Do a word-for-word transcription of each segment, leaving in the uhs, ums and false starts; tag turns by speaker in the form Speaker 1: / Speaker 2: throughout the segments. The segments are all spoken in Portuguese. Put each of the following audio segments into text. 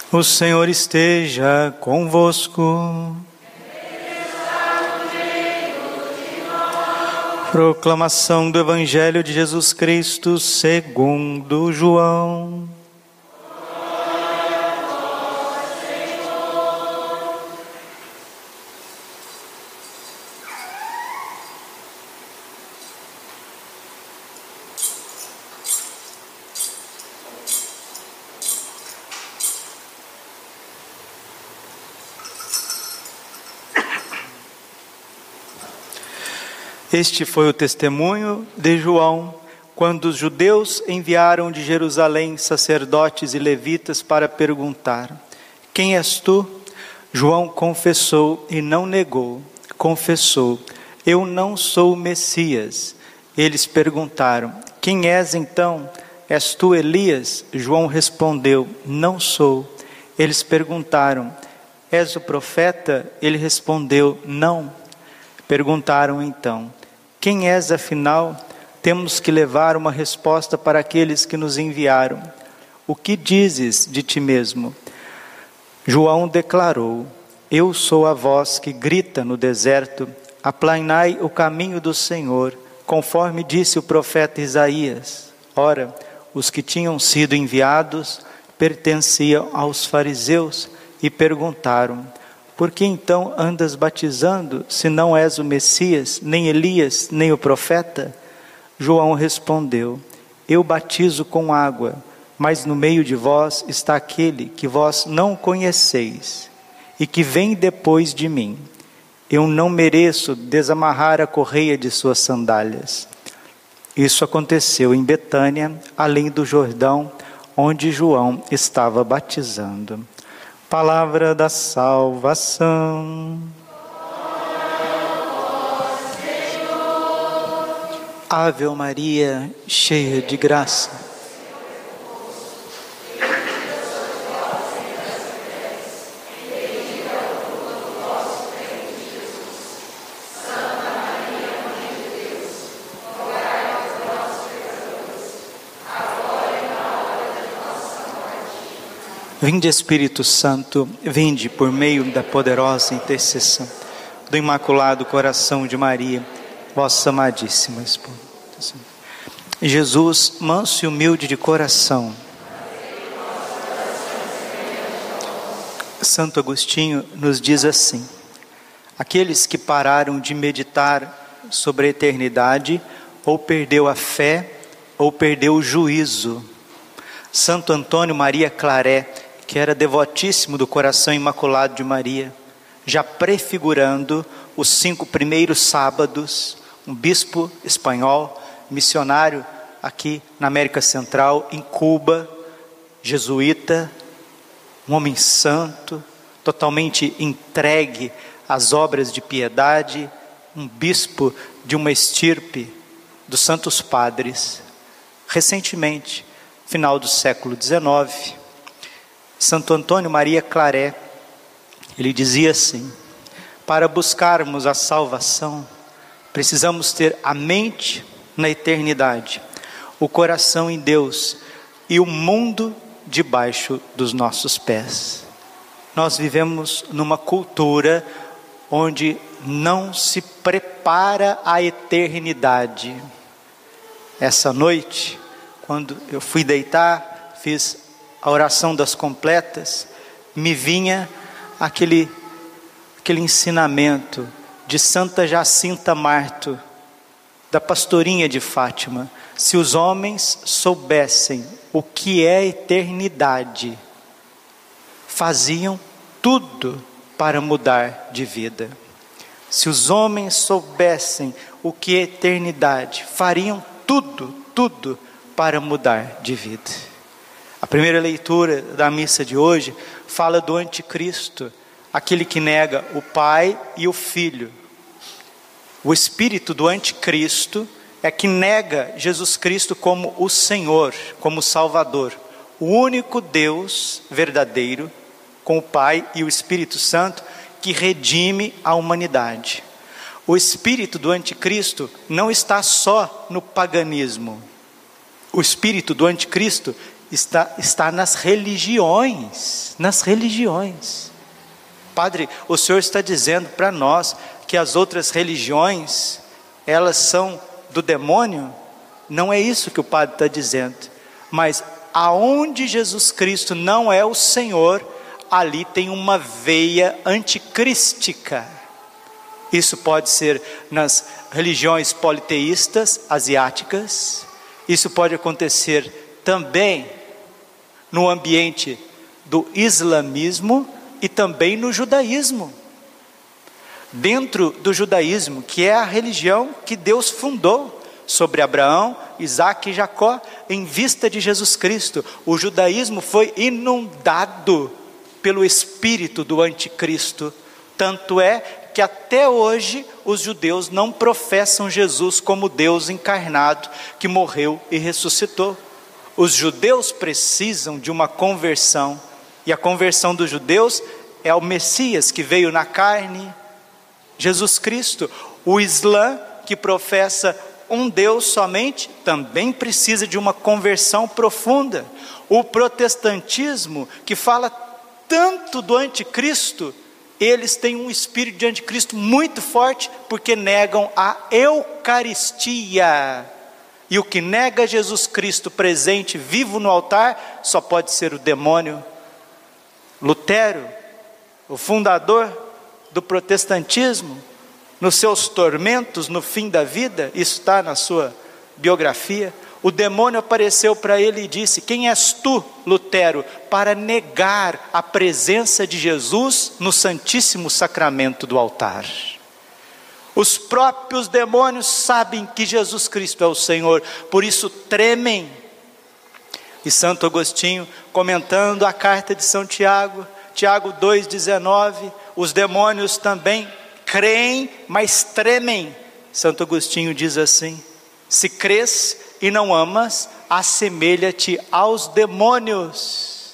Speaker 1: O Senhor esteja convosco. Proclamação do Evangelho de Jesus Cristo segundo João. Este foi o testemunho de João, quando os judeus enviaram de Jerusalém sacerdotes e levitas para perguntar: quem és tu? João confessou e não negou. Confessou: eu não sou o Messias. Eles perguntaram: quem és então? És tu Elias? João respondeu: não sou. Eles perguntaram: és o profeta? Ele respondeu: não. Perguntaram então: quem és afinal? Temos que levar uma resposta para aqueles que nos enviaram. O que dizes de ti mesmo? João declarou: eu sou a voz que grita no deserto, aplainai o caminho do Senhor, conforme disse o profeta Isaías. Ora, os que tinham sido enviados pertenciam aos fariseus e perguntaram: por que então andas batizando, se não és o Messias, nem Elias, nem o profeta? João respondeu: eu batizo com água, mas no meio de vós está aquele que vós não conheceis, e que vem depois de mim. Eu não mereço desamarrar a correia de suas sandálias. Isso aconteceu em Betânia, além do Jordão, onde João estava batizando. Palavra da salvação. Ave Maria, cheia de graça. Vinde Espírito Santo, vinde por meio da poderosa intercessão do Imaculado Coração de Maria, vossa amadíssima esposa. Jesus, manso e humilde de coração. Santo Agostinho nos diz assim: aqueles que pararam de meditar sobre a eternidade, ou perdeu a fé, ou perdeu o juízo. Santo Antônio Maria Claret, que era devotíssimo do coração imaculado de Maria, já prefigurando os cinco primeiros sábados, um bispo espanhol, missionário aqui na América Central, em Cuba, jesuíta, um homem santo, totalmente entregue às obras de piedade, um bispo de uma estirpe dos santos padres. Recentemente, final do século dezenove, Santo Antônio Maria Claret, ele dizia assim: para buscarmos a salvação, precisamos ter a mente na eternidade, o coração em Deus e o mundo debaixo dos nossos pés. Nós vivemos numa cultura onde não se prepara a eternidade. Essa noite, quando eu fui deitar, fiz a oração das completas, me vinha aquele, aquele ensinamento de Santa Jacinta Marto, da pastorinha de Fátima: se os homens soubessem o que é eternidade, faziam tudo para mudar de vida. Se os homens soubessem o que é eternidade, fariam tudo, tudo para mudar de vida. A primeira leitura da missa de hoje fala do anticristo, aquele que nega o Pai e o Filho. O espírito do anticristo é que nega Jesus Cristo como o Senhor, como o Salvador, o único Deus verdadeiro, com o Pai e o Espírito Santo, que redime a humanidade. O espírito do anticristo não está só no paganismo. O espírito do anticristo está, está nas religiões, nas religiões. Padre, o senhor está dizendo para nós que as outras religiões, elas são do demônio? Não é isso que o padre está dizendo, mas aonde Jesus Cristo não é o Senhor, ali tem uma veia anticrística. Isso pode ser nas religiões politeístas asiáticas, isso pode acontecer também no ambiente do islamismo e também no judaísmo. Dentro do judaísmo, que é a religião que Deus fundou sobre Abraão, Isaque e Jacó, em vista de Jesus Cristo, o judaísmo foi inundado pelo espírito do anticristo. Tanto é que até hoje os judeus não professam Jesus como Deus encarnado, que morreu e ressuscitou. Os judeus precisam de uma conversão, e a conversão dos judeus é o Messias que veio na carne, Jesus Cristo. O Islã, que professa um Deus somente, também precisa de uma conversão profunda. O protestantismo, que fala tanto do anticristo, eles têm um espírito de anticristo muito forte, porque negam a Eucaristia. E o que nega Jesus Cristo presente, vivo no altar, só pode ser o demônio. Lutero, o fundador do protestantismo, nos seus tormentos no fim da vida, isso está na sua biografia, o demônio apareceu para ele e disse: quem és tu, Lutero, para negar a presença de Jesus no Santíssimo Sacramento do altar? Os próprios demônios sabem que Jesus Cristo é o Senhor, por isso tremem. E Santo Agostinho, comentando a carta de São Tiago, Tiago dois, dezenove, os demônios também creem, mas tremem. Santo Agostinho diz assim: se crês e não amas, assemelha-te aos demônios.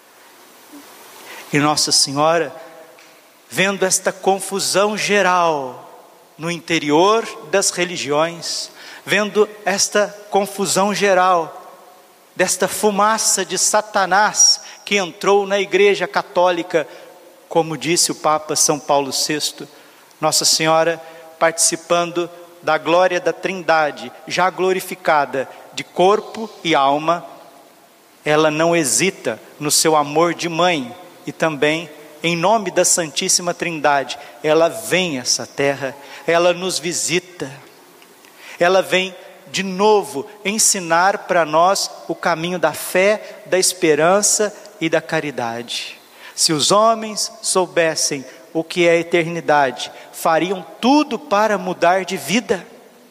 Speaker 1: E Nossa Senhora, vendo esta confusão geral no interior das religiões, vendo esta confusão geral, desta fumaça de Satanás que entrou na Igreja Católica, como disse o Papa São Paulo sexto, Nossa Senhora, participando da glória da Trindade, já glorificada de corpo e alma, ela não hesita no seu amor de mãe, e também em nome da Santíssima Trindade, ela vem a essa terra, ela nos visita, ela vem de novo ensinar para nós o caminho da fé, da esperança e da caridade. Se os homens soubessem o que é a eternidade, fariam tudo para mudar de vida.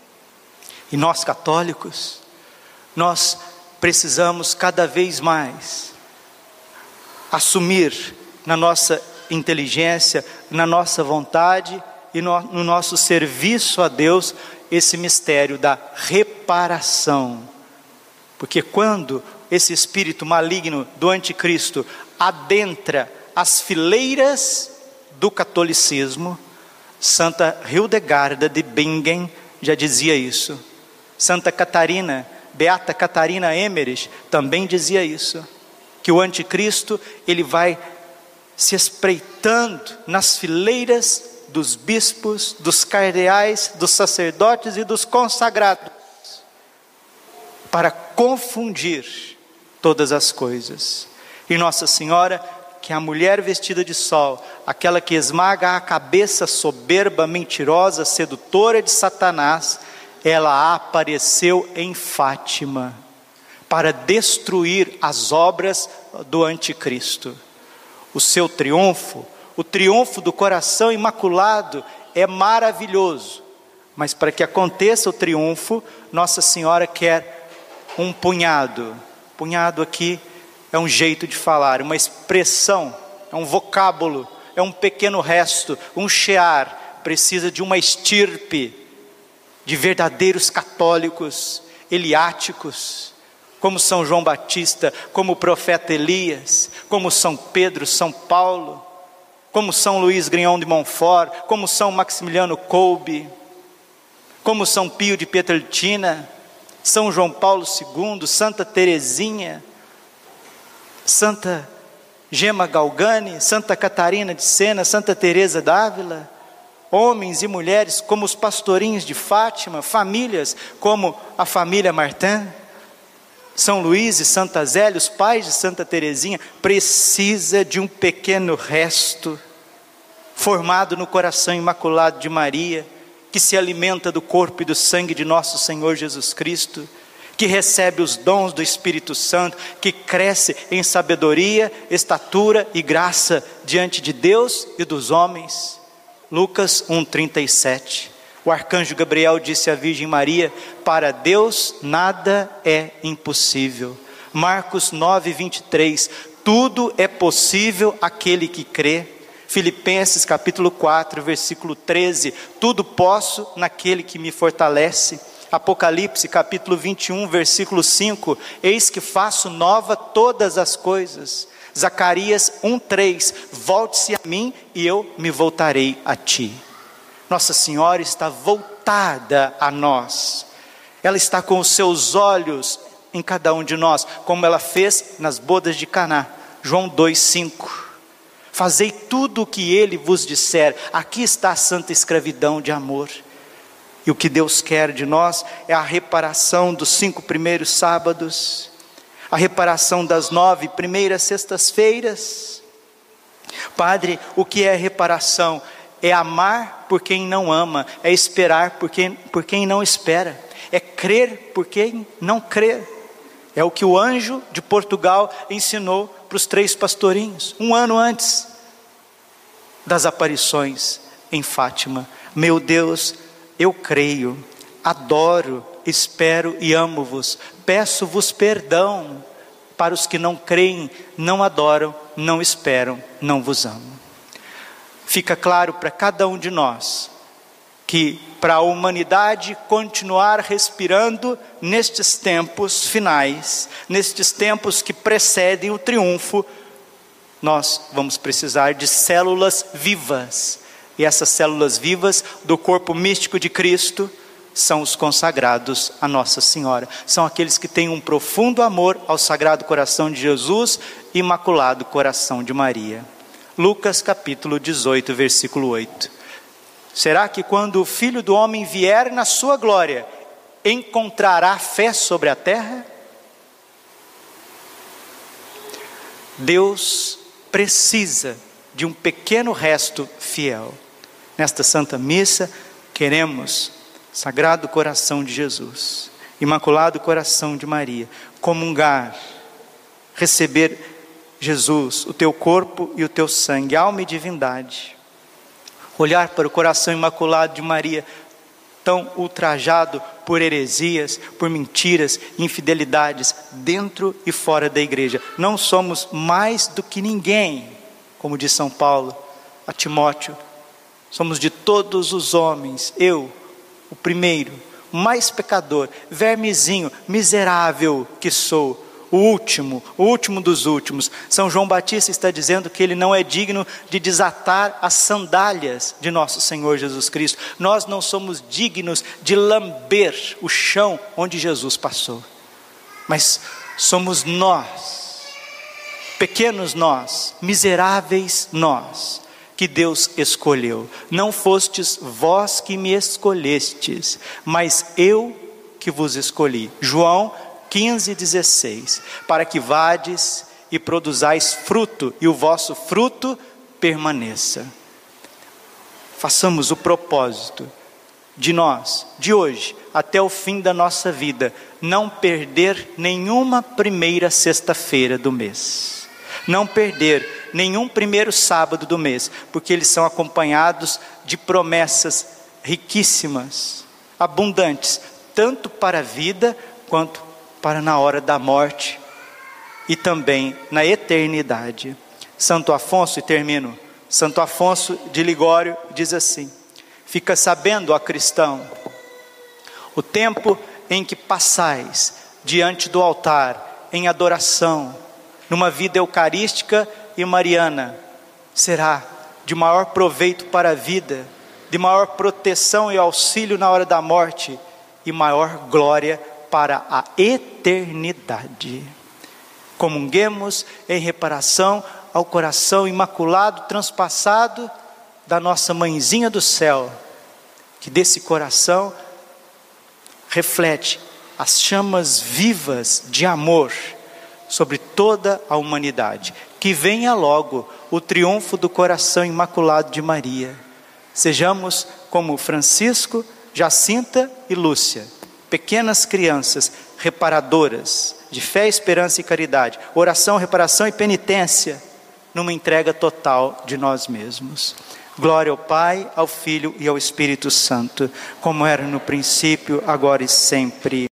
Speaker 1: E nós católicos, nós precisamos cada vez mais assumir na nossa inteligência, na nossa vontade e no, no nosso serviço a Deus, esse mistério da reparação. Porque quando esse espírito maligno do anticristo adentra as fileiras do catolicismo, Santa Hildegarda de Bingen já dizia isso. Santa Catarina, Beata Catarina Emmerich também dizia isso, que o anticristo ele vai se espreitando nas fileiras dos bispos, dos cardeais, dos sacerdotes e dos consagrados, para confundir todas as coisas. E Nossa Senhora, que é a mulher vestida de sol, aquela que esmaga a cabeça soberba, mentirosa, sedutora de Satanás, ela apareceu em Fátima para destruir as obras do anticristo. O seu triunfo, o triunfo do coração imaculado é maravilhoso, mas para que aconteça o triunfo, Nossa Senhora quer um punhado. Punhado aqui é um jeito de falar, uma expressão, é um vocábulo, é um pequeno resto, um shear. Precisa de uma estirpe de verdadeiros católicos, eliáticos, como São João Batista, como o profeta Elias, como São Pedro, São Paulo, como São Luís Grignon de Montfort, como São Maximiliano Kolbe, como São Pio de Pietrelcina, São João Paulo segundo, Santa Teresinha, Santa Gema Galgani, Santa Catarina de Sena, Santa Teresa d'Ávila, homens e mulheres como os pastorinhos de Fátima, famílias como a família Martin, São Luís e Santa Zélia, os pais de Santa Teresinha, precisa de um pequeno resto formado no coração imaculado de Maria, que se alimenta do corpo e do sangue de nosso Senhor Jesus Cristo, que recebe os dons do Espírito Santo, que cresce em sabedoria, estatura e graça diante de Deus e dos homens. Lucas um, trinta e sete. O arcanjo Gabriel disse à Virgem Maria: para Deus nada é impossível. Marcos nove, vinte e três. Tudo é possível àquele que crê. Filipenses capítulo quatro, versículo treze. Tudo posso naquele que me fortalece. Apocalipse capítulo vinte e um, versículo cinco. Eis que faço nova todas as coisas. Zacarias um, três. Volte-se a mim e eu me voltarei a ti. Nossa Senhora está voltada a nós. Ela está com os seus olhos em cada um de nós, como ela fez nas bodas de Caná. João dois, cinco. Fazei tudo o que ele vos disser. Aqui está a santa escravidão de amor. E o que Deus quer de nós é a reparação dos cinco primeiros sábados, a reparação das nove primeiras sextas-feiras. Padre, o que é reparação? É amar por quem não ama, é esperar por quem, por quem não espera, é crer por quem não crê. É o que o anjo de Portugal ensinou para os três pastorinhos, um ano antes das aparições em Fátima. Meu Deus, eu creio, adoro, espero e amo-vos. Peço-vos perdão para os que não creem, não adoram, não esperam, não vos amam. Fica claro para cada um de nós que para a humanidade continuar respirando nestes tempos finais, nestes tempos que precedem o triunfo, nós vamos precisar de células vivas. E essas células vivas do corpo místico de Cristo são os consagrados a Nossa Senhora. São aqueles que têm um profundo amor ao Sagrado Coração de Jesus e Imaculado Coração de Maria. Lucas capítulo dezoito, versículo oito. Será que quando o Filho do Homem vier na sua glória, encontrará fé sobre a terra? Deus precisa de um pequeno resto fiel. Nesta Santa Missa, queremos Sagrado Coração de Jesus, Imaculado Coração de Maria, comungar, receber Jesus, o teu corpo e o teu sangue, alma e divindade. Olhar para o coração imaculado de Maria, tão ultrajado por heresias, por mentiras, infidelidades, dentro e fora da igreja. Não somos mais do que ninguém, como diz São Paulo a Timóteo. Somos de todos os homens, eu, o primeiro, o mais pecador, vermezinho, miserável que sou, o último, o último dos últimos. São João Batista está dizendo que ele não é digno de desatar as sandálias de nosso Senhor Jesus Cristo. Nós não somos dignos de lamber o chão onde Jesus passou. Mas somos nós, pequenos nós, miseráveis nós, que Deus escolheu. Não fostes vós que me escolhestes, mas eu que vos escolhi. João quinze, dezesseis. Para que vades e produzais fruto, e o vosso fruto permaneça. Façamos o propósito de nós, de hoje, até o fim da nossa vida, não perder nenhuma primeira sexta-feira do mês. Não perder nenhum primeiro sábado do mês, porque eles são acompanhados de promessas riquíssimas, abundantes, tanto para a vida, quanto para na hora da morte, e também na eternidade. Santo Afonso, e termino, Santo Afonso de Ligório diz assim: fica sabendo, ó cristão, o tempo em que passais diante do altar, em adoração, numa vida eucarística e mariana, será de maior proveito para a vida, de maior proteção e auxílio na hora da morte, e maior glória para a eternidade. Comunguemos em reparação ao coração imaculado, transpassado da nossa mãezinha do céu, que desse coração reflete as chamas vivas de amor sobre toda a humanidade. Que venha logo o triunfo do coração imaculado de Maria. Sejamos como Francisco, Jacinta e Lúcia, pequenas crianças reparadoras de fé, esperança e caridade, oração, reparação e penitência, numa entrega total de nós mesmos. Glória ao Pai, ao Filho e ao Espírito Santo, como era no princípio, agora e sempre.